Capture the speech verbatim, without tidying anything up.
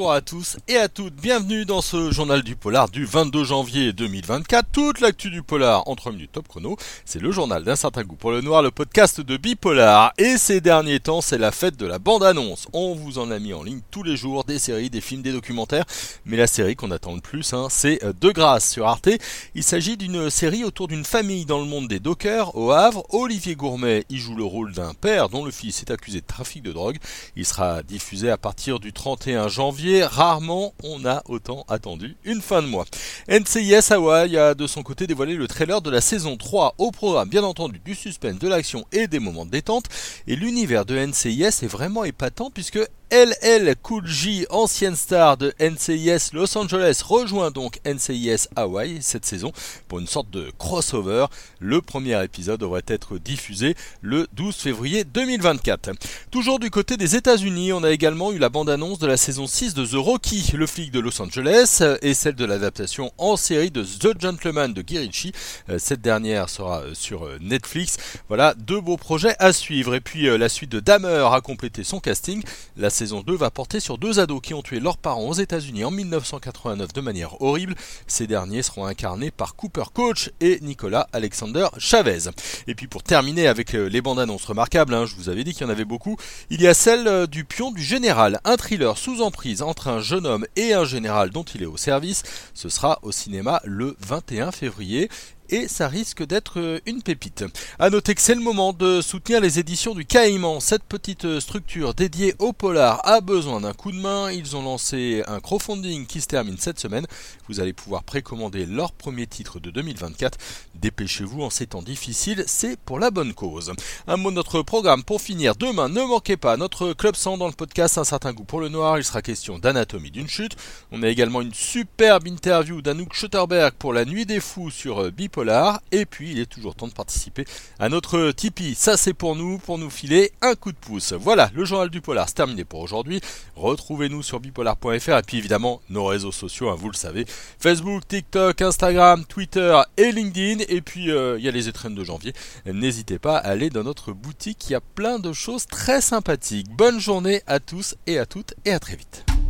Bonjour à tous et à toutes, bienvenue dans ce journal du polar du vingt-deux janvier deux mille vingt-quatre. Toute l'actu du polar en trois minutes top chrono, c'est le journal d'un certain goût pour le noir, le podcast de Bipolar. Et ces derniers temps, c'est la fête de la bande-annonce. On vous en a mis en ligne tous les jours, des séries, des films, des documentaires. Mais la série qu'on attend le plus, hein, c'est De Grâce sur Arte. Il s'agit d'une série autour d'une famille dans le monde des dockers au Havre. Olivier Gourmet y joue le rôle d'un père dont le fils est accusé de trafic de drogue. Il sera diffusé à partir du trente et un janvier. Rarement on a autant attendu une fin de mois. N C I S Hawaii a de son côté dévoilé le trailer de la saison trois. Au programme bien entendu du suspense, de l'action et des moments de détente. Et l'univers de N C I S est vraiment épatant puisque L L Cool J, ancienne star de N C I S Los Angeles, rejoint donc N C I S Hawaii cette saison pour une sorte de crossover. Le premier épisode devrait être diffusé le douze février deux mille vingt-quatre. Toujours du côté des États-Unis, on a également eu la bande-annonce de la saison six de The Rocky, le flic de Los Angeles, et celle de l'adaptation en série de The Gentleman de Guy Ritchie. Cette dernière sera sur Netflix. Voilà, deux beaux projets à suivre. Et puis la suite de Dahmer a complété son casting. La saison deux va porter sur deux ados qui ont tué leurs parents aux États-Unis en mille neuf cent quatre-vingt-neuf de manière horrible. Ces derniers seront incarnés par Cooper Koch et Nicolas Alexander Chavez. Et puis pour terminer avec les bandes annonces remarquables, hein, je vous avais dit qu'il y en avait beaucoup, il y a celle du Pion du Général, un thriller sous emprise entre un jeune homme et un général dont il est au service. Ce sera au cinéma le vingt et un février. Et ça risque d'être une pépite. A noter que c'est le moment de soutenir les éditions du Caïman. Cette petite structure dédiée au polar a besoin d'un coup de main. Ils ont lancé un crowdfunding qui se termine cette semaine. Vous allez pouvoir précommander leur premier titre de deux mille vingt-quatre. Dépêchez-vous en ces temps difficiles, c'est pour la bonne cause. Un mot de notre programme pour finir. Demain, ne manquez pas notre Club cent dans le podcast Un certain goût pour le noir. Il sera question d'anatomie d'une chute. On a également une superbe interview d'Anouk Schutterberg pour la nuit des fous sur Bip Polar, et puis il est toujours temps de participer à notre Tipeee. Ça c'est pour nous, pour nous filer un coup de pouce. Voilà, le journal du polar c'est terminé pour aujourd'hui. Retrouvez-nous sur bipolar point f r et puis évidemment nos réseaux sociaux, hein, vous le savez, Facebook, TikTok, Instagram, Twitter et LinkedIn. Et puis il euh, y a les étrennes de janvier. N'hésitez pas à aller dans notre boutique, il y a plein de choses très sympathiques. Bonne journée à tous et à toutes et à très vite.